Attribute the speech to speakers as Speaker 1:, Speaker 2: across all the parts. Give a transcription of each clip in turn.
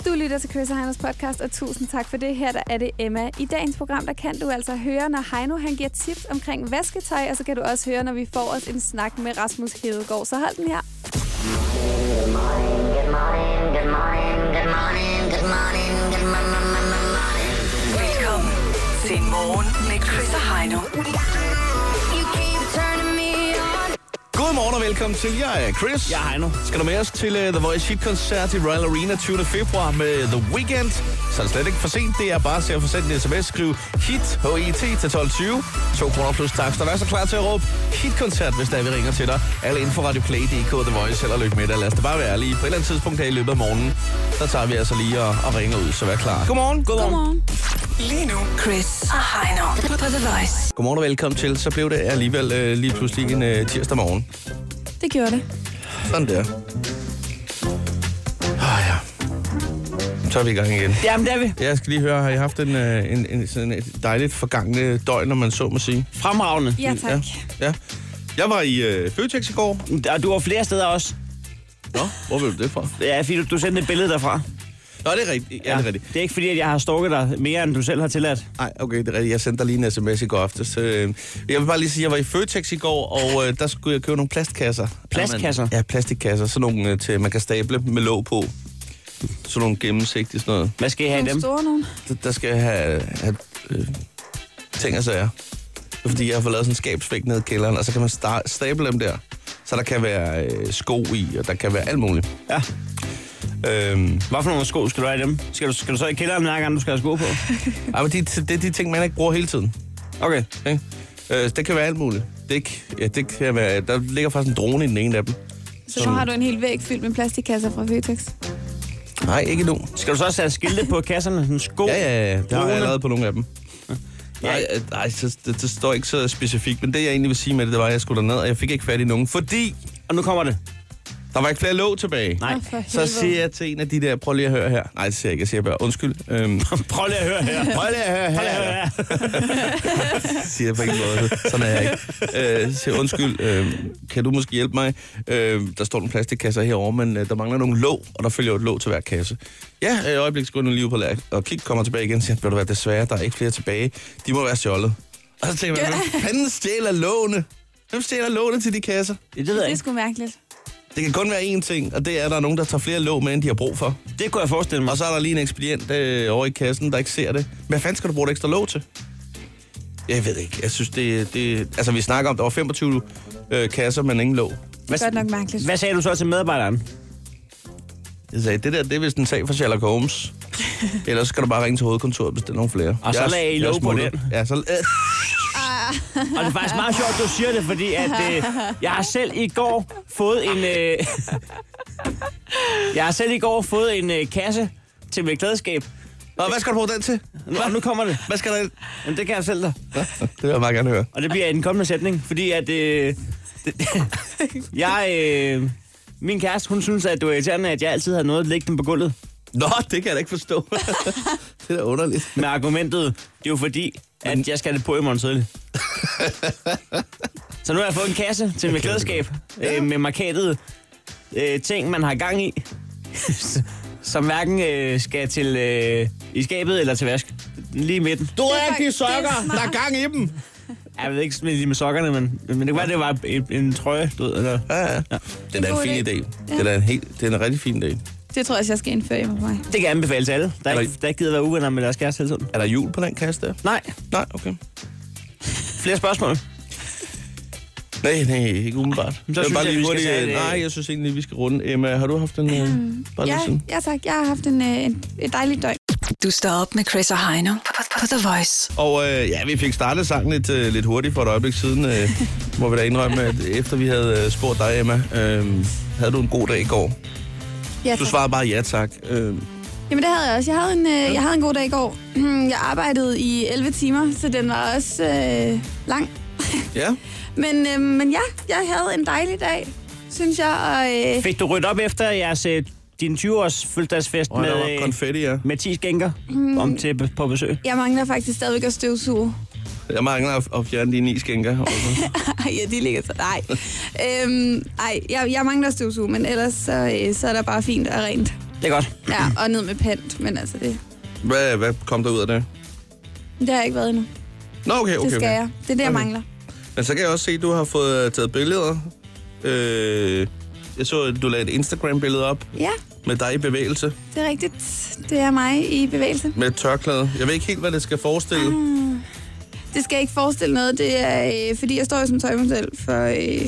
Speaker 1: Du lytter til Chris og Heinos podcast, og tusind tak for det. Her der er det Emma. I dagens program, der kan du altså høre, når Heino han giver tips omkring vasketøj, og så kan du også høre, når vi får os en snak med Rasmus Hedegaard. Så hold den her.
Speaker 2: Good morning, good morning, good morning, good morning, good morning, good morning.
Speaker 3: Velkommen til Morgen med Chris og Heino.
Speaker 2: You keep turning me on.
Speaker 4: Godmorgen og velkommen til. Jeg er Chris.
Speaker 5: Jeg er Heino.
Speaker 4: Skal du med os til The Voice Hit-koncert i Royal Arena 20. februar med The Weeknd? Så er det slet ikke for sent. Det er bare til at få sendt en sms. Skriv HIT, HIT til 12.20. 2 kroner plus takst. Og vær så klar til at råbe hit-koncert, hvis der vi ringer til dig. Alle info radioplay.dk, The Voice, eller lykke med dig. Lad os det bare være ærlige. På et eller andet tidspunkt her i løbet af morgenen, så tager vi altså lige og ringer ud, så vær klar. Godmorgen.
Speaker 1: Godmorgen.
Speaker 3: Lige nu, Chris og Heino på The Voice.
Speaker 4: Godmorgen og velkommen til. Så blev det alligevel lige pludselig en tirsdag morgen.
Speaker 1: Det gjorde det.
Speaker 4: Sådan der. Ja. Så er vi i gang igen.
Speaker 5: Jamen, det er vi.
Speaker 4: Jeg skal lige høre, har I haft sådan et dejligt forgangne døgn, når man så må sige?
Speaker 5: Fremragende.
Speaker 1: Ja, tak.
Speaker 4: Ja. Jeg var i Føtex i går.
Speaker 5: Og du var flere steder også.
Speaker 4: Nå, hvor vil du det fra?
Speaker 5: Ja, fordi du sendte et billede derfra.
Speaker 4: Nå, det er rigtigt. Ja, det er rigtigt.
Speaker 5: Det er ikke fordi, at jeg har stalket dig mere, end du selv har tilladt.
Speaker 4: Nej, okay, det er rigtigt. Jeg sendte dig lige en sms i går aftes. Jeg vil bare lige sige, at jeg var i Føtex i går, og der skulle jeg købe nogle plastkasser.
Speaker 5: Plastkasser?
Speaker 4: Ja, plastikkasser. Sådan nogle til, man kan stable med låg på. Sådan nogle gennemsigtige sådan noget.
Speaker 5: Hvad skal I have i dem?
Speaker 1: Store nogen.
Speaker 4: Der skal jeg have ting og sager. Det er fordi, jeg har fået lavet sådan en skabsvæg ned i kælderen, og så kan man stable dem der. Så der kan være sko i, og der kan være alt muligt.
Speaker 5: Ja. Hvad for nogle sko skal du have i dem? Skal du så i kælderen hver gang, du skal have sko på?
Speaker 4: Ej, men det er de ting, man ikke bruger hele tiden.
Speaker 5: Okay.
Speaker 4: Det kan være alt muligt. Det kan være, der ligger faktisk en drone i den ene af dem.
Speaker 1: Så nu har du en hel væg fyldt med plastikkasser fra Føtex.
Speaker 4: Nej, ikke nu.
Speaker 5: Skal du så også have skilte på kasserne? Sådan sko?
Speaker 4: Ja. Det har jeg lavet på nogle af dem.
Speaker 5: Ja.
Speaker 4: Nej, det står ikke så specifikt. Men det, jeg egentlig vil sige med det var, at jeg skulle derned, og jeg fik ikke fat i nogen. Fordi
Speaker 5: Og nu kommer det.
Speaker 4: der var ikke flere låg tilbage.
Speaker 5: Nej.
Speaker 4: Så siger jeg til en af de der, prøv lige at høre her. Nej, det siger jeg ikke. Jeg siger bare, undskyld.
Speaker 5: Prøv lige at høre her.
Speaker 4: Prøv lige at høre her. Siger jeg på ingen måde. Sådan er jeg ikke. Siger undskyld, kan du måske hjælpe mig? Der står nogle plastikkasser herovre, men der mangler nogle låg, og der følger jo et låg til hver kasse. Ja, i øjeblikket skal jeg nu lige ud på lærk, og kig kommer tilbage igen og siger, ved du hvad, desværre, der er ikke flere tilbage. De må være stjålet. Og så tænker jeg, hvem fanden stjæler lågene? Hvem stjæler lågene til de kasser?
Speaker 5: Det ved jeg
Speaker 1: Det er
Speaker 5: ikke.
Speaker 1: sgu mærkeligt.
Speaker 4: Det kan kun være én ting, og det er, at der er nogen, der tager flere låg med, end de har brug for.
Speaker 5: Det kunne jeg forestille mig.
Speaker 4: Og så er der lige en ekspedient over i kassen, der ikke ser det. Hvad fanden skal du bruge et ekstra låg til? Jeg ved ikke. Jeg synes, det altså, vi snakker om, der var 25 kasser, men ingen låg.
Speaker 1: Det er godt nok mærkeligt.
Speaker 5: Hvad sagde du så til medarbejderen?
Speaker 4: Jeg sagde, det er vist en sag for Sherlock Holmes. Ellers skal du bare ringe til hovedkontoret, hvis der er nogle flere.
Speaker 5: Og så lagde I låg på den.
Speaker 4: Ja, så...
Speaker 5: Og det er faktisk meget sjovt, du siger det, fordi at, jeg har selv i går fået en kasse til mit klædeskab.
Speaker 4: Nå, hvad skal du bruge den til?
Speaker 5: Nu kommer det.
Speaker 4: Hvad skal der ind?
Speaker 5: Jamen, det kan jeg selv da.
Speaker 4: Ja, det vil jeg meget gerne høre.
Speaker 5: Og det bliver en kommende sætning, fordi at min kæreste, hun synes, at det var irriterende, at jeg altid havde noget liggende på gulvet.
Speaker 4: Nå, det kan jeg da ikke forstå. Det er da underligt.
Speaker 5: Med argumentet, det er jo fordi, at jeg skal have det på i morgen tidlig. Så nu har jeg fået en kasse til mit klædeskab med markatede ting, man har gang i, som hverken skal til i skabet eller til vask. Lige i midten.
Speaker 4: Du
Speaker 1: er
Speaker 4: rigtige
Speaker 1: faktisk- det er
Speaker 4: sokker,
Speaker 1: smart.
Speaker 4: der er gang i dem.
Speaker 5: Jeg ved ikke lige med sokkerne, men det kan være, det var en trøje, du ved. Eller.
Speaker 4: Ja. Det er da en
Speaker 1: god
Speaker 4: fin
Speaker 1: idé.
Speaker 4: idé. Det er en rigtig fin idé.
Speaker 1: Det tror jeg, jeg skal indføre hjemme på mig.
Speaker 5: Det kan jeg anbefale til alle, der ikke gider være uvenner med deres kæreste hele tiden.
Speaker 4: Er der jul på den kasse der?
Speaker 5: Nej.
Speaker 4: Nej, okay.
Speaker 5: Flere spørgsmål?
Speaker 4: Nej, ikke umiddelbart.
Speaker 5: Så synes jeg, vi skal tage det-
Speaker 4: Nej, jeg synes egentlig, vi skal runde. Emma, har du haft en... bare lige sådan?
Speaker 1: Ja, tak. Jeg har haft et dejligt døgn.
Speaker 3: Du står op med Chris og Heino på The Voice.
Speaker 4: Og vi fik startet sangen lidt hurtigt for et øjeblik siden. Må vi da indrømme, at efter vi havde spurgt dig, Emma, havde du en god dag i går?
Speaker 1: Ja,
Speaker 4: Du
Speaker 1: tak.
Speaker 4: svarede bare ja tak.
Speaker 1: Jamen det havde jeg også. Jeg havde en god dag i går. Jeg arbejdede i 11 timer, så den var også lang.
Speaker 4: Ja.
Speaker 1: Men ja, jeg havde en dejlig dag, synes jeg. Og,
Speaker 5: Fik du ryddet op efter jeres din 20-års fødselsdagsfest
Speaker 4: Og der var konfetti, ja.
Speaker 5: med 10 skænker om til på besøg?
Speaker 1: jeg mangler faktisk stadigvæk at støvsuge.
Speaker 4: Jeg mangler at fjerne de 9 skænker.
Speaker 1: Ja, de ligger så. Nej. Jeg mangler at støvsuge, men ellers så er der bare fint og rent.
Speaker 5: Det er godt.
Speaker 1: Ja, og ned med pant, men altså det...
Speaker 4: Hvad kom der ud af det?
Speaker 1: Det har jeg ikke været endnu.
Speaker 4: Nå, okay.
Speaker 1: Det skal jeg. Det er det, jeg mangler.
Speaker 4: Men så kan jeg også se, at du har fået taget billeder. Jeg så, at du lagde et Instagram-billede op
Speaker 1: Ja,
Speaker 4: med dig i bevægelse.
Speaker 1: det er rigtigt. Det er mig i bevægelse.
Speaker 4: Med et tørklæde. Jeg ved ikke helt, hvad det skal forestille.
Speaker 1: Det skal ikke forestille noget. Det er, fordi jeg står jo som tøjmodel for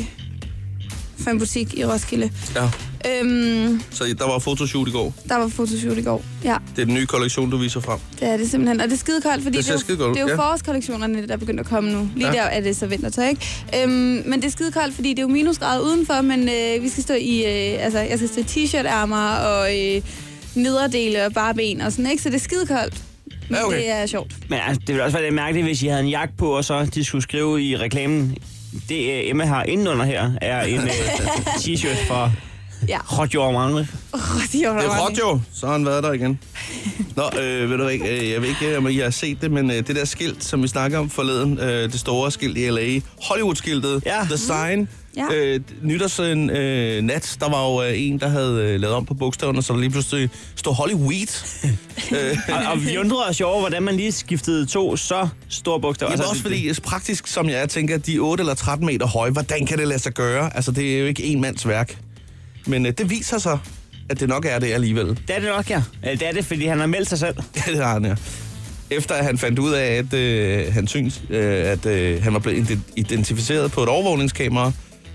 Speaker 1: en butik i Roskilde.
Speaker 4: Ja. Så der var fotoshoot i går.
Speaker 1: Der var fotoshoot i går, ja.
Speaker 4: Det er den nye kollektion, du viser frem.
Speaker 1: Det er det simpelthen. Og det er skidekoldt, fordi det er jo
Speaker 4: ja.
Speaker 1: forårskollektionerne, der er begyndt at komme nu. Lige der er det så vintertøj, ikke? Men det er skidekoldt, fordi det er jo minusgrader udenfor, men vi skal stå i, jeg skal stå i t-shirt-ærmer og nederdele og bare ben og sådan, ikke? Så det er skidekoldt. Men
Speaker 4: Ja, okay.
Speaker 1: det er sjovt.
Speaker 5: Men altså, det ville også være lidt mærkeligt, hvis I havde en jakke på, og så de skulle skrive i reklamen, det Emma har indenunder her, er en t-shirt fra
Speaker 1: Ja.
Speaker 5: Roger Mange.
Speaker 4: Det er Roger, så har han været der igen. Nå, ved du ikke, jeg ved ikke, om I har set det, men det der skilt, som vi snakker om forleden, det store skilt i LA, Hollywood-skiltet,
Speaker 5: Ja.
Speaker 4: The Sign,
Speaker 1: Ja.
Speaker 4: nytårsnat, der var jo en, der havde lavet om på bogstaverne, så der lige pludselig stod Hollyweed.
Speaker 5: Og vi undrede os jo over, hvordan man lige skiftede 2 så store bogstaver.
Speaker 4: Jamen også fordi, praktisk som jeg tænker, at de er 8 eller 13 meter høje, hvordan kan det lade sig gøre? Altså, det er jo ikke en mands værk. Men det viser sig, at det nok er det alligevel.
Speaker 5: Det er det nok, ja. Det er det, fordi han har meldt sig selv.
Speaker 4: Det har han, ja. Efter at han fandt ud af, at han synes, at han var blevet identificeret på et overvågningskamera,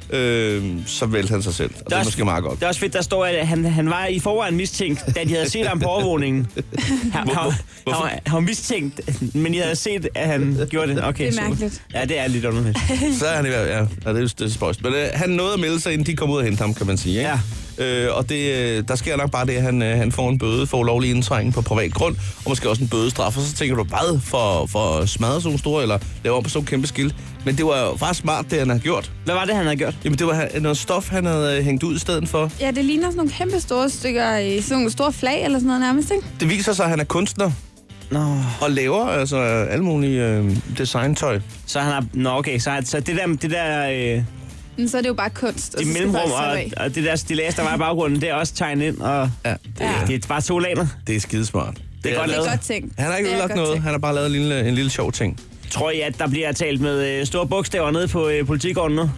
Speaker 4: så vælte han sig selv. Og det er måske meget godt.
Speaker 5: Det er også fedt, der står, at han var i forvejen mistænkt, da de havde set ham på overvågningen. Han var mistænkt, men de havde set, at han gjorde det. Okay,
Speaker 1: Det er mærkeligt.
Speaker 5: Ja, det er lidt underligt.
Speaker 4: Så er han i hvert fald, ja, det er spøjst. Men han nåede at melde sig, inden de kom ud og hente ham, kan man sige. Ikke?
Speaker 5: Ja.
Speaker 4: Og der sker nok bare det, at han får en bøde for ulovlig indtrængen på privat grund, og måske også en bødestraf. Og så tænker du, hvad for at smadre sådan store, eller lave om på sådan kæmpe skilt. Men det var jo faktisk smart, det han havde gjort.
Speaker 5: Hvad var det, han havde gjort?
Speaker 4: Jamen, det var noget stof, han havde hængt ud i stedet for.
Speaker 1: Ja, det ligner sådan nogle kæmpe store stykker i sådan nogle store flag eller sådan noget nærmest, ikke?
Speaker 4: Det viser sig, at han er kunstner.
Speaker 5: Nå.
Speaker 4: Og laver altså alle mulige designtøj.
Speaker 5: Så han har... Nå, okay, så det der
Speaker 1: Men så er det jo bare kunst.
Speaker 5: de mellemrum og det der stillads, der var i baggrunden, det er også tegnet ind, og
Speaker 4: Ja,
Speaker 5: det er bare 2 laner.
Speaker 4: det er skidesmart.
Speaker 5: Det er godt
Speaker 1: Det er
Speaker 5: lavet.
Speaker 1: godt tænkt.
Speaker 4: Han har ikke
Speaker 1: Det er
Speaker 4: ødelagt
Speaker 1: godt
Speaker 4: noget.
Speaker 1: tænkt.
Speaker 4: Han har bare lavet en lille sjov ting.
Speaker 5: Tror I, at der bliver talt med store bogstaver nede på politigården nu?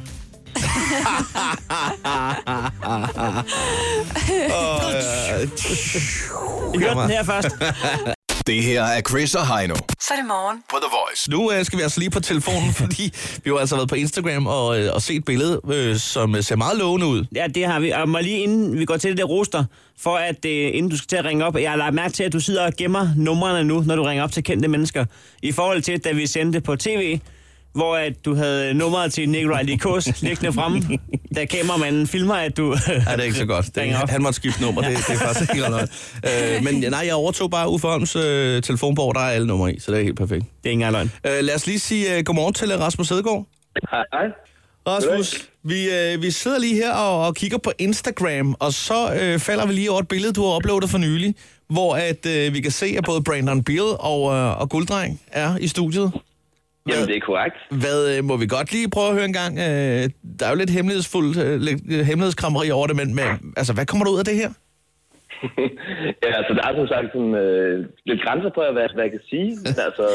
Speaker 5: I hørte den her først.
Speaker 6: Det her er Chris og Heino
Speaker 3: Så er det morgen.
Speaker 6: på The Voice.
Speaker 4: Nu skal vi altså lige på telefonen, fordi vi har altså været på Instagram og set et billede, som ser meget lovende ud.
Speaker 5: Ja, det har vi. Og må lige inden vi går til det der roster, for at inden du skal til at ringe op, jeg har lagt mærke til, at du sidder og gemmer numrene nu, når du ringer op til kendte mennesker. I forhold til, da vi sendte på tv, hvor at du havde nummeret til Nikolaj Likos liggende fremme, da kameramanden filmer, at du...
Speaker 4: Ja, det er ikke så godt. Han måtte skifte nummer, det er faktisk ikke noget. Men nej, jeg overtog bare Uffe Holms telefonbog, der er alle numre i, så det er helt perfekt.
Speaker 5: Det er ikke engang løgn.
Speaker 4: Lad os lige sige godmorgen til Rasmus Hedegaard.
Speaker 7: Hej.
Speaker 4: Rasmus, vi sidder lige her og kigger på Instagram, og så falder vi lige over et billede, du har uploadet for nylig, hvor at vi kan se, at både Brandon Beal og Gulddreng er i studiet.
Speaker 7: Jamen, det er korrekt.
Speaker 4: Hvad må vi godt lige prøve at høre en gang? Der er jo lidt lidt hemmelighedskrammeri over det, men altså, hvad kommer der ud af det her?
Speaker 7: Ja, altså, der er som sagt sådan, lidt grænser på, hvad jeg kan sige. Men, altså,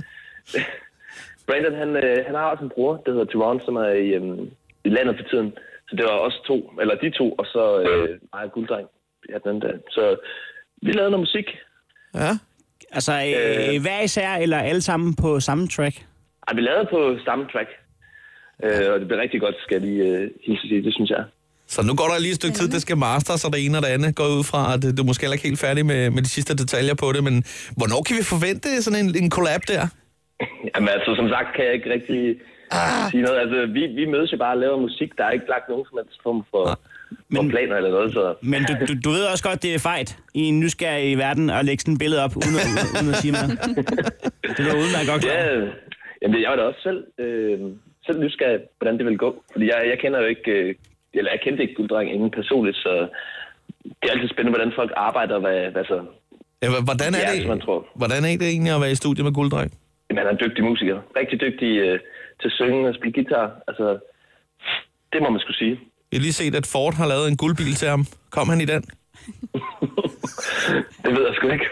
Speaker 7: Brandon, han har også en bror, der hedder Tyrone, som er i landet for tiden. Så det var også de to, og så mig og Gulddreng. Ja, den der. Så vi lavede noget musik.
Speaker 4: Ja.
Speaker 5: Altså, hver især, eller alle sammen på samme track?
Speaker 7: Vi lavede på samme track. Og det blev rigtig godt, skal jeg lige hilse sige, det synes jeg.
Speaker 4: Så nu går der lige et stykke tid, det skal masters, og det ene og det andet går ud fra, at du er måske heller ikke helt færdig med de sidste detaljer på det, men hvornår kan vi forvente sådan en collab der?
Speaker 7: Jamen altså, som sagt kan jeg ikke rigtig sige noget. Altså, vi mødes jo bare og laver musik. Der er ikke lagt nogen som helst form for planer eller noget. Så.
Speaker 5: Men du ved også godt, det er fejt i en nysgerrig verden at lægge sådan et billede op, uden at sige noget. Det var udmærket godt klar.
Speaker 7: Ja, jamen jeg var da også selv nysgerrig, hvordan det vil gå. Fordi jeg kender jo ikke, eller jeg kendte ikke Gulddreng inden personligt, så det er altid spændende, hvordan folk arbejder, hvad så...
Speaker 4: Ja, hvordan er det egentlig at være i studiet med Gulddreng?
Speaker 7: Jamen, han er en dygtig musiker. Rigtig dygtig til at synge og spille guitar. Altså, det må man skulle sige.
Speaker 4: Jeg har lige set, at Ford har lavet en guldbil til ham. Kom han i den?
Speaker 7: Det ved jeg sgu ikke.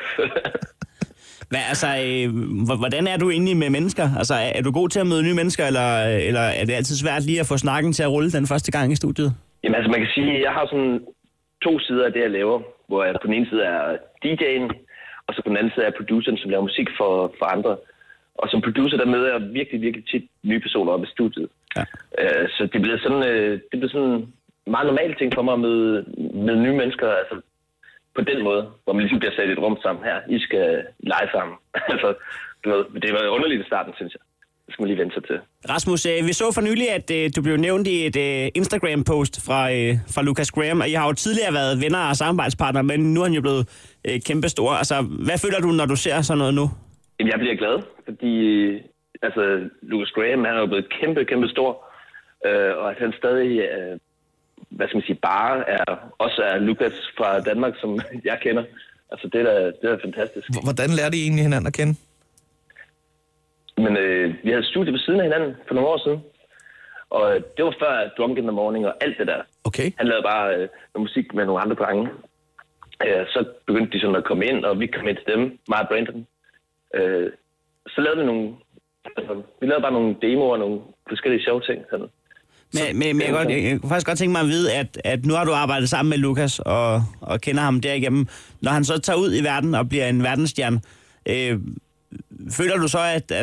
Speaker 5: Hvordan er du egentlig med mennesker? Altså, er du god til at møde nye mennesker, eller er det altid svært lige at få snakken til at rulle den første gang i studiet?
Speaker 7: Jamen altså, man kan sige, at jeg har sådan 2 sider af det, jeg laver, hvor jeg på den ene side er DJ'en, og så på den anden side er produceren, som laver musik for andre. Og som producer, der møder jeg virkelig, virkelig tit nye personer op i studiet. Ja. Så det bliver sådan en meget normal ting for mig at møde nye mennesker, altså på den måde, hvor man ligesom bliver sat i et rum sammen her. I skal lege sammen. Altså, du ved, det var underligt i starten, synes jeg. Det skal man lige vente sig til.
Speaker 5: Rasmus, vi så for nylig, at du blev nævnt i et Instagram-post fra Lucas Graham, og I har jo tidligere været venner og samarbejdspartnere, men nu er han jo blevet kæmpestor. Altså, hvad føler du, når du ser sådan noget nu?
Speaker 7: Jamen, jeg bliver glad, fordi altså, Lucas Graham, han er jo blevet kæmpe stor, og at han stadig, hvad skal man sige, bare også er Lucas fra Danmark, som jeg kender. Altså, det er fantastisk.
Speaker 4: Hvordan lærte I egentlig hinanden at kende?
Speaker 7: Men vi havde studie ved siden af hinanden for nogle år siden, og det var før Drunk in the Morning og alt det der.
Speaker 4: Okay.
Speaker 7: Han lavede bare noget musik med nogle andre drenge. Så begyndte de sådan at komme ind, og vi kom ind til dem, mig og Brandon. Så lavede vi lavede bare nogle demoer og nogle forskellige sjove ting. Sådan.
Speaker 5: Men jeg kunne faktisk godt tænke mig at vide, at nu har du arbejdet sammen med Lucas og kender ham derigennem. Når han så tager ud i verden og bliver en verdensstjerne, føler du så,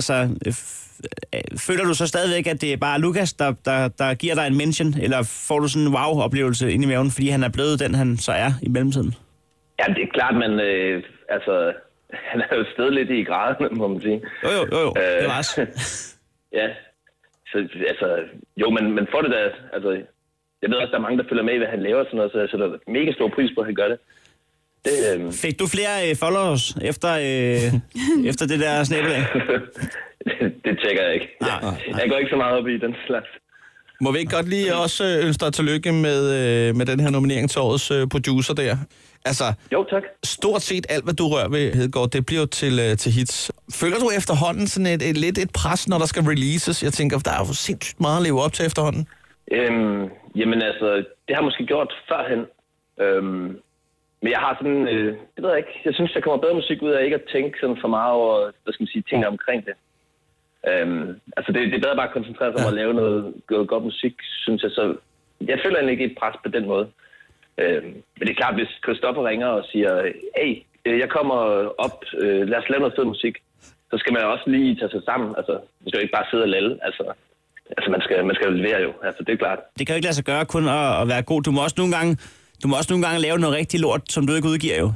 Speaker 5: føler du så stadigvæk, at det er bare Lucas, der giver dig en mention, eller får du sådan en wow-oplevelse ind i maven, fordi han er blevet den, han så er i mellemtiden?
Speaker 7: Ja, det er klart, men han er jo stadig lidt i graden, må man sige.
Speaker 5: Jo, det var også.
Speaker 7: Ja, så jo, men får det da, altså, jeg ved også, der er mange, der følger med i, hvad han laver, sådan noget, så jeg sætter mega stor pris på, at han gør det.
Speaker 5: Fik du flere followers efter det der snæbbelag?
Speaker 7: Det tjekker jeg ikke. Jeg går ikke så meget op i den slags.
Speaker 4: Må vi ikke godt lige også ønske dig tillykke med den her nominering til årets producer der? Altså,
Speaker 7: jo, tak.
Speaker 4: Stort set alt, hvad du rører ved, Hedegaard, det bliver jo til hits. Føler du efterhånden sådan et pres, når der skal releases? Jeg tænker, der er jo sindssygt meget at leve op til efterhånden.
Speaker 7: Jamen altså, det har jeg måske gjort førhen. Men jeg har sådan, det ved jeg ikke, jeg synes, der kommer bedre musik ud af ikke at tænke sådan for meget over, hvad skal man sige, tingene omkring det. Altså det er bedre bare at koncentrere sig om at lave noget godt musik, synes jeg. Så jeg føler egentlig ikke et pres på den måde. Men det er klart, hvis Christoffer ringer og siger, hey, jeg kommer op, lad os lave noget fed musik, så skal man også lige tage sig sammen. Altså, man skal jo ikke bare sidde og lalle. Altså man skal jo levere jo. Altså, det er klart. Det
Speaker 5: kan jo ikke lade sig gøre kun at være god. Du må også nogle gange lave noget rigtig lort, som du ikke udgiver jo.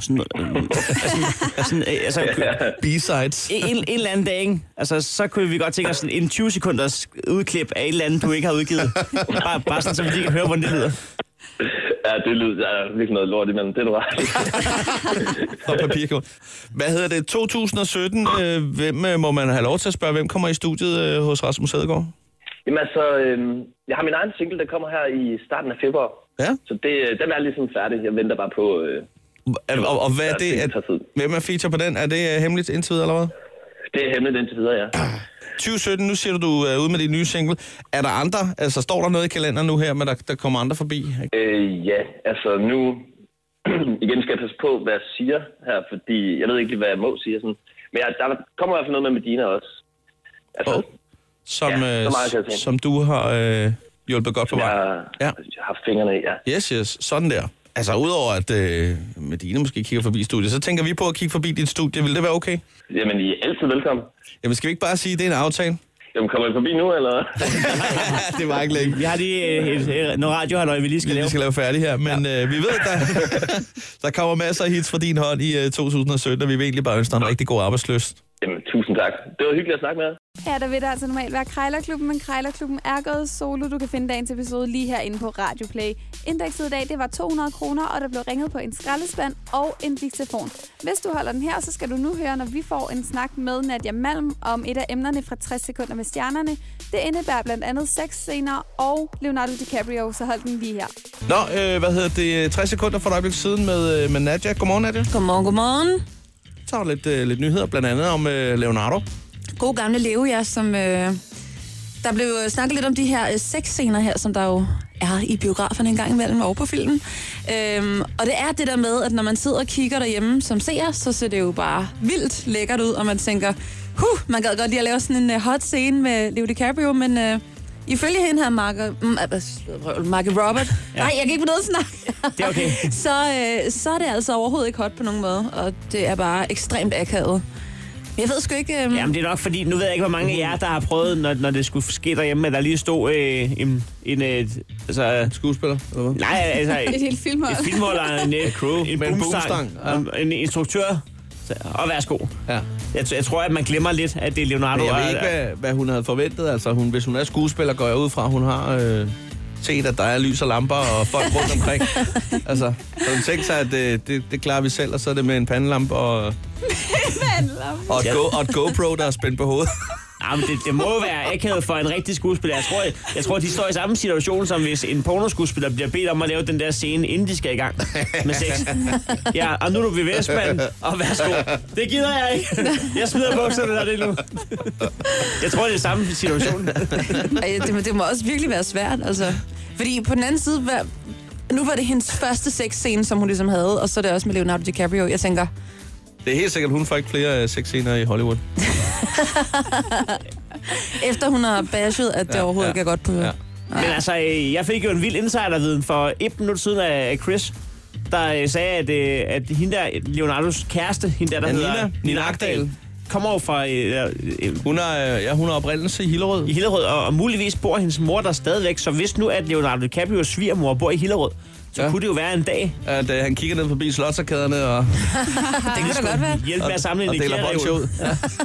Speaker 4: B-sides.
Speaker 5: En eller anden dag, ikke? Altså, så kunne vi godt tænke os en 20 sekunders udklip af et eller andet, du ikke har udgivet. Bare sådan, så vi lige kan høre, hvordan det lyder.
Speaker 7: Ja, det lyder virkelig noget lort imellem. Det er du ret.
Speaker 4: Og papirkort. Hvad hedder det? 2017. Hvem må man have lov til at spørge? Hvem kommer i studiet hos Rasmus Hedegaard?
Speaker 7: Jamen altså, jeg har min egen single, der kommer her i starten af februar. Ja. Så den er ligesom færdig. Jeg venter bare på...
Speaker 4: og hvad er det? Hvem er feature på den? Er det hemmeligt indtil videre, eller hvad?
Speaker 7: Det er hemmeligt indtil videre, ja.
Speaker 4: 2017, nu siger du er ude med din nye single. Er der andre? Altså, står der noget i kalenderen nu her, men der kommer andre forbi?
Speaker 7: Ja, altså nu... igen skal jeg passe på, hvad jeg siger her, fordi jeg ved ikke, hvad jeg må sige. Sådan. Men der kommer i hvert fald noget med Medina også. Altså,
Speaker 4: som du har hjulpet godt på vej.
Speaker 7: Jeg har haft fingrene i, ja.
Speaker 4: Yes, sådan der. Altså, udover at Medina måske kigger forbi studiet, så tænker vi på at kigge forbi dit studie. Vil det være okay?
Speaker 7: Jamen, I er altid velkommen.
Speaker 4: Jamen, skal vi ikke bare sige, at det er en aftale?
Speaker 7: Jamen, kommer I forbi nu, eller?
Speaker 4: Det var ikke længe.
Speaker 5: Vi har lige noget radiohalløj, vi lige skal lave.
Speaker 4: Vi skal lave færdig her, men vi ved, der kommer masser af hits fra din hånd i 2017, og vi vil egentlig bare ønske dig en rigtig god arbejdslyst.
Speaker 7: Jamen, tusind tak. Det var hyggeligt at snakke med jer.
Speaker 1: Ja, der vil det altså normalt være Krejlerklubben, men Krejlerklubben er gået solo. Du kan finde dagens episode lige herinde på Radio Play. Indekset i dag, det var 200 kroner, og der blev ringet på en skraldespand og en diktafon. Hvis du holder den her, så skal du nu høre, når vi får en snak med Nadia Malm om et af emnerne fra 60 sekunder med stjernerne. Det indebærer blandt andet sexscener og Leonardo DiCaprio, så hold den lige her.
Speaker 4: Nå, 60 sekunder for et øjeblik siden med Nadia. Godmorgen, Nadia.
Speaker 8: Godmorgen.
Speaker 4: Så er lidt nyheder, blandt andet om Leonardo.
Speaker 8: God gamle Leo, ja, som... der blev snakket lidt om de her sexscener her, som der jo er i biograferne en gang imellem og på filmen. Og det er det der med, at når man sidder og kigger derhjemme som seer, så ser det jo bare vildt lækkert ud, og man tænker, man gad godt lige at lave sådan en hot scene med Leo DiCaprio, men ifølge hende her, Margot Robert, nej, jeg kan ikke få noget at snakke.
Speaker 5: Det er okay.
Speaker 8: så er det altså overhovedet ikke hot på nogen måde, og det er bare ekstremt akavet. Jeg ved sgu ikke...
Speaker 5: Jamen, det er nok fordi, nu ved jeg ikke, hvor mange af jer, der har prøvet, når det skulle ske derhjemme, at der lige stod
Speaker 4: altså, skuespiller, eller hvad?
Speaker 5: Nej, altså...
Speaker 1: Et helt filmhold.
Speaker 5: Et filmhold og en crew. En boomstang. En instruktør. Og værsgo.
Speaker 4: Ja.
Speaker 5: Jeg tror, at man glemmer lidt, at det er Leonardo.
Speaker 4: Men jeg ved ikke, hvad hun havde forventet. Altså, hvis hun er skuespiller, går jeg ud fra, hun har set, at der er lys og lamper og folk rundt omkring. Altså, så hun tænkte sig, at det klarer vi selv, og så er det med en pandelampe og et GoPro, der er spændt på hovedet.
Speaker 5: Jamen, det må jo være akavet for en rigtig skuespiller. Jeg tror, de står i samme situation, som hvis en pornoskuespiller bliver bedt om at lave den der scene, inden de skal i gang med sex. Ja, og nu er du ved Vestmand, og værsgo. Det gider jeg ikke. Jeg smider bukserne der det nu. Jeg tror, det er samme situation.
Speaker 8: Det må også virkelig være svært, altså. Fordi på den anden side, nu var det hendes første sexscene, som hun ligesom havde, og så er det også med Leonardo DiCaprio. Jeg tænker...
Speaker 4: Det er helt sikkert, hun får ikke flere sexscener i Hollywood.
Speaker 8: Efter hun har bashet, at det overhovedet ikke er godt på... Ja.
Speaker 5: Men altså, jeg fik jo en vild insiderviden for 1 minut siden af Chris, der sagde, at hende der, Leonardos kæreste, hende der hedder
Speaker 4: Nina Agdal,
Speaker 5: kommer over fra...
Speaker 4: hun er oprindelse i Hillerød.
Speaker 5: I Hillerød, og muligvis bor hendes mor der stadigvæk, så hvis nu, at Leonardo DiCaprios svigermor bor i Hillerød, så kunne det jo være en dag.
Speaker 4: At han kigger ned forbi slotsarkaderne og...
Speaker 8: det kan da godt være.
Speaker 5: Hjælp med at samle en
Speaker 4: ikea-reol. ud.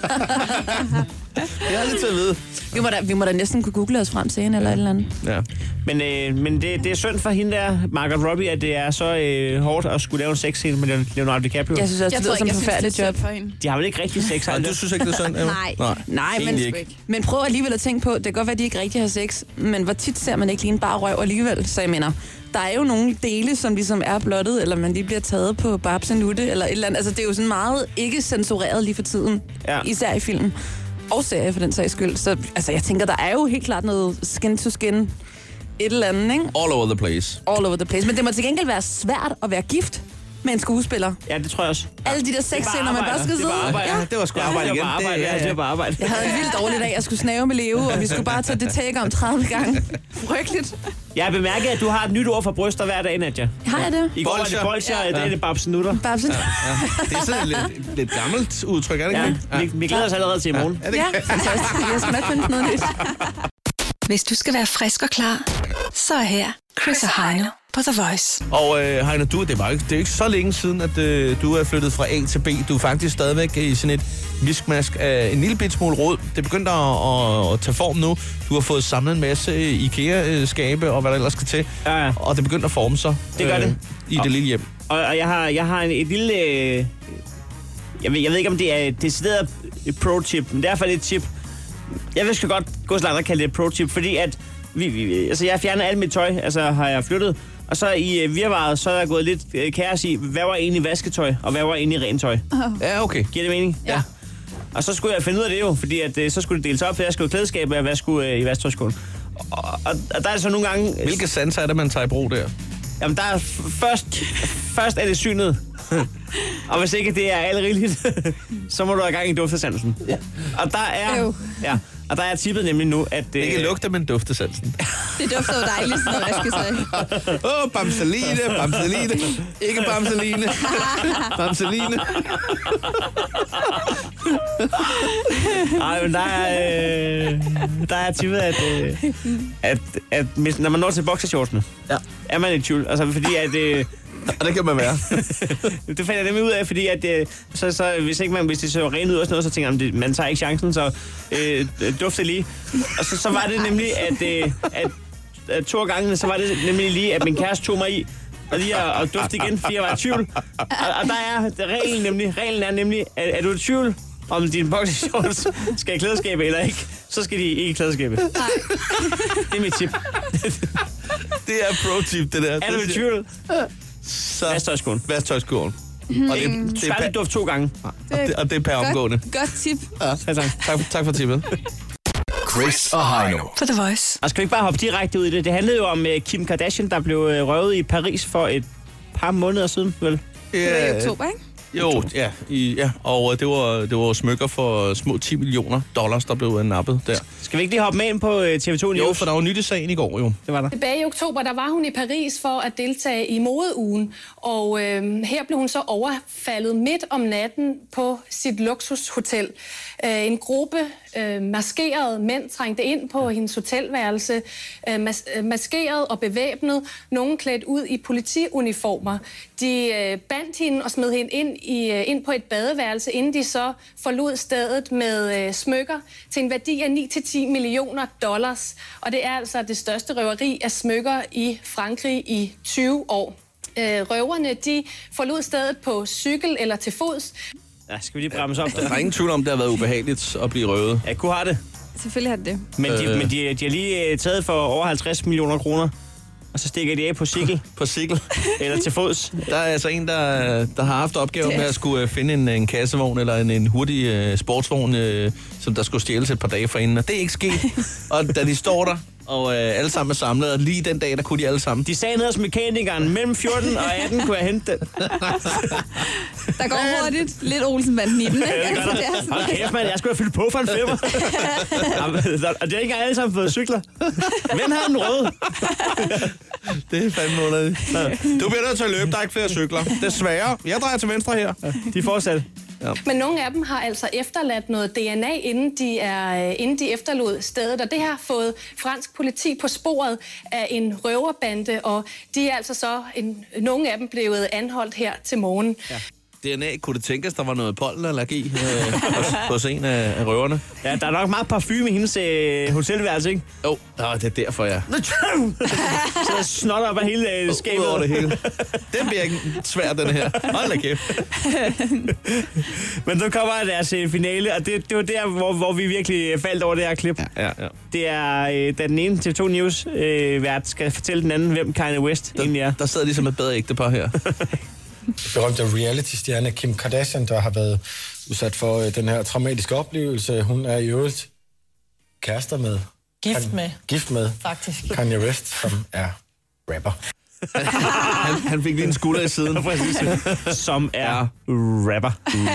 Speaker 4: Jeg er lidt til at vide.
Speaker 8: Vi må da næsten kunne google os frem til hende eller et eller andet.
Speaker 4: Ja.
Speaker 5: Men det er synd for hende der, Margot Robbie, at det er så hårdt at skulle lave en sexscene med Leonardo DiCaprio.
Speaker 8: Jeg synes også, det lyder som et forfærdeligt job.
Speaker 5: De har vel ikke rigtig sex?
Speaker 4: Du synes ikke, det er synd?
Speaker 8: Nej, men prøv alligevel at tænke på, det kan godt være, at de ikke rigtig har sex, men hvor tit ser man ikke lige en bare røv alligevel? Så jeg mener, der er jo nogle dele, som ligesom er blottet, eller man lige bliver taget på babs og nutte, eller et eller andet. Altså, det er jo sådan meget ikke censureret lige for tiden, især i film. Og serie for den sags skyld. Så altså, jeg tænker, der er jo helt klart noget skin to skin, et eller andet, ikke?
Speaker 4: All over the place.
Speaker 8: All over the place. Men det må til gengæld være svært at være gift med en skuespiller.
Speaker 5: Ja, det tror jeg også.
Speaker 8: Alle de der sexscener, man bare skal sidde.
Speaker 4: Det var sgu arbejde igen.
Speaker 5: Det var bare arbejde.
Speaker 8: Jeg havde en vildt dårlig dag. Jeg skulle snave med Leo, og vi skulle bare tage det take om 30 gange. Frygteligt.
Speaker 5: Jeg har bemærket, at du har et nyt ord for bryster hver dag, Nadja.
Speaker 8: Har jeg det?
Speaker 5: I går var det bolsjer, i dag er det babsenutter.
Speaker 8: Babsenutter.
Speaker 4: Det er sådan lidt gammelt udtryk, er det ikke?
Speaker 5: Ja, vi glæder os allerede til i morgen.
Speaker 8: Ja, fantastisk. Jeg skal nok finde noget nyt.
Speaker 3: Hvis du skal være frisk og klar, så er her Chris og Heino på The Voice.
Speaker 4: Og Heino, det er ikke så længe siden, at du er flyttet fra A til B. Du er faktisk stadigvæk i sådan et miskmask af en lille bit smule rod. Det begynder at tage form nu. Du har fået samlet en masse IKEA-skabe og hvad der ellers skal til.
Speaker 5: Ja.
Speaker 4: Og det begynder at forme sig
Speaker 5: det gør det.
Speaker 4: I det lille hjem.
Speaker 5: Og jeg har et lille... Jeg ved ikke, om det er et decideret pro-tip, men det er i hvert fald et tip. Jeg vil sgu godt gå så langt og kalde det et pro-tip, fordi at altså jeg fjerner alt mit tøj, altså har jeg flyttet, og så i virvaret, så er der gået lidt kaos i, hvad var egentlig vasketøj, og hvad var egentlig rent tøj.
Speaker 4: Ja, okay.
Speaker 5: Giver det mening?
Speaker 1: Ja.
Speaker 5: Og så skulle jeg finde ud af det jo, fordi at, så skulle det deles op, for jeg skulle klædeskab, og jeg skulle i vasketøjskålen. Og der er det så nogle gange...
Speaker 4: Hvilke sanser er det, man tager i brug der?
Speaker 5: Jamen, der er først er det synet. Og hvis ikke det er alt rigeligt, så må du have gang i duftesansen. Ja. Og der er... Ja. Og der er tippet nemlig nu, at...
Speaker 4: Ikke lugter, men duftesansen.
Speaker 1: Det dufter jo dejligt, sådan noget vasketøj.
Speaker 4: Bamseline. Ikke bamseline. Bamseline.
Speaker 5: Ej, men der er tippet, at når man når til boxershortsene, er man i tvivl. Altså, fordi at...
Speaker 4: Og det kan man være.
Speaker 5: Det fandt jeg nemlig ud af, fordi at, så hvis det så rent ud og sådan noget, så tænker jeg, man tager ikke chancen, så dufter lige. Og så var det nemlig, at 2 gange, så var det nemlig lige, at min kæreste tog mig i, og lige at dufte igen, fordi jeg var i tvivl. Og der er reglen er nemlig, at er du i tvivl, om dine boxershorts skal i klædeskabet eller ikke, så skal de ikke i klædeskabet. Nej. Det er mit tip.
Speaker 4: Det er pro-tip, det der.
Speaker 5: Er du i tvivl? Vasktøjskålen.
Speaker 4: Vasktøjskålen.
Speaker 5: Og det er duft 2 gange.
Speaker 4: Og det er per omgående.
Speaker 1: Godt tip.
Speaker 4: Ja. Tak for tippet.
Speaker 6: Chris og Heino.
Speaker 3: På The Voice.
Speaker 5: Og skal vi ikke bare hoppe direkte ud i det? Det handlede jo om Kim Kardashian, der blev røvet i Paris for et par måneder siden, vel?
Speaker 1: Det var i oktober, ikke?
Speaker 4: Jo, ja, og det var smykker for små $10 millioner, der blev nappet der.
Speaker 5: Skal vi ikke lige hoppe med ind på TV2 News?
Speaker 4: Jo, for der var nyt i sagen i går, jo.
Speaker 5: Det var der.
Speaker 9: Tilbage i oktober, der var hun i Paris for at deltage i modeugen, og her blev hun så overfaldet midt om natten på sit luksushotel. En gruppe maskerede mænd trængte ind på hendes hotelværelse, maskeret og bevæbnet, nogen klædt ud i politiuniformer. De bandt hende og smed hende ind på et badeværelse, inden de så forlod stedet med smykker til en værdi af $9-10 millioner. Og det er altså det største røveri af smykker i Frankrig i 20 år. Røverne, de forlod stedet på cykel eller til fods.
Speaker 5: Ja, skal vi lige bremse op der?
Speaker 4: Der er ingen tvivl om, det har været ubehageligt at blive røvet.
Speaker 5: Ja, kunne have det.
Speaker 1: Selvfølgelig har det.
Speaker 5: Men de har lige taget for over 50 millioner kroner, og så stikker de af på cykel.
Speaker 4: På cykel.
Speaker 5: Eller til fods.
Speaker 4: Der er altså en, der har haft opgaven med at skulle finde en kassevogn eller en hurtig sportsvogn, som der skulle stjæles et par dage forinden, og det er ikke sket. Og da de står der, og alle sammen er samlet, og lige den dag, der kunne de alle sammen.
Speaker 5: De sagde ned hos mekanikeren, mellem 14 og 18 kunne jeg hente den.
Speaker 1: Der går hurtigt. Lidt Olsenbanden i den, ikke?
Speaker 5: Ja, det gør der. Hold kæft, mand, jeg skulle have fyldt på for en femmer. Og det er ikke engang alle sammen fået cykler. Hvem har den røde?
Speaker 4: Det er fandme underligt. Du bliver nødt til at løbe, der er ikke flere cykler. Desværre. Jeg drejer til venstre her.
Speaker 5: De fortsætter.
Speaker 9: Ja. Men nogle af dem har altså efterladt noget DNA, inden de efterlod stedet, og det har fået fransk politi på sporet af en røverbande, og de er altså så, nogle af dem blevet anholdt her til morgen.
Speaker 4: Ja. DNA, kunne det tænkes, der var noget pollenallergi hos en af røverne?
Speaker 5: Ja, der er nok meget parfume i hendes hotelværelse, ikke?
Speaker 4: Jo, det er derfor, ja.
Speaker 5: Så der snot op af hele skabet.
Speaker 4: Over det hele. Den bliver ikke svær, den her. Hold da kæft.
Speaker 5: Men så kommer deres finale, og det var der, hvor vi virkelig faldt over det her klip.
Speaker 4: Ja.
Speaker 5: Det er, da den ene TV2 News vært skal fortælle den anden, hvem Kanye West egentlig er.
Speaker 4: Der sidder ligesom et bedre ægtepar her.
Speaker 10: Berømte reality-stjerne Kim Kardashian, der har været udsat for den her traumatiske oplevelse. Hun er i øvrigt kærester med... Gift med.
Speaker 11: Faktisk.
Speaker 10: Kanye West, som er rapper.
Speaker 4: Han fik lige en skulder i siden.
Speaker 5: Som er rapper.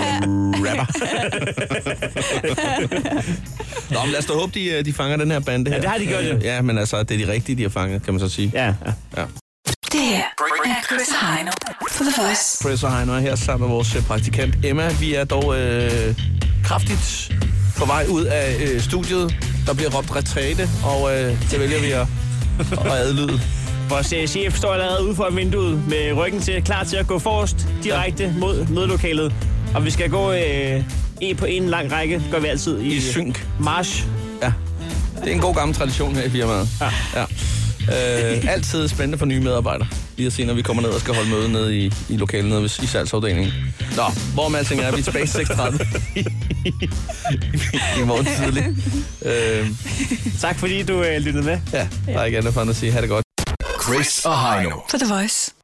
Speaker 4: Nå, men lad os da håbe, de fanger den her bande her.
Speaker 5: Ja, det har de gjort jo.
Speaker 4: Ja, men altså, det er de rigtige, de har fanget, kan man så sige.
Speaker 5: Ja.
Speaker 3: Det her er Chris og Heino på The Voice.
Speaker 4: Chris og Heino er her sammen med vores praktikant Emma. Vi er dog kraftigt på vej ud af studiet. Der bliver råbt retræte, og det vælger vi at adlyde.
Speaker 5: Vores chef står allerede ude for vinduet med ryggen til, klar til at gå forrest direkte mod mødelokalet. Og vi skal gå på en lang række, det gør vi altid
Speaker 4: i synk.
Speaker 5: March.
Speaker 4: Ja, det er en god gammel tradition her i firmaet. Ja. Altid spændende for nye medarbejdere. Lige at se, når vi kommer ned og skal holde møde nede i lokalet nede i salgsafdelingen. Nå, hvor med alting er, vi er tilbage 6:30 i morgen tidlig.
Speaker 5: Tak fordi du lyttede med.
Speaker 4: Ja, der er ikke andet for at sige. Ha' det godt.
Speaker 6: Chris og Heino
Speaker 3: på The Voice.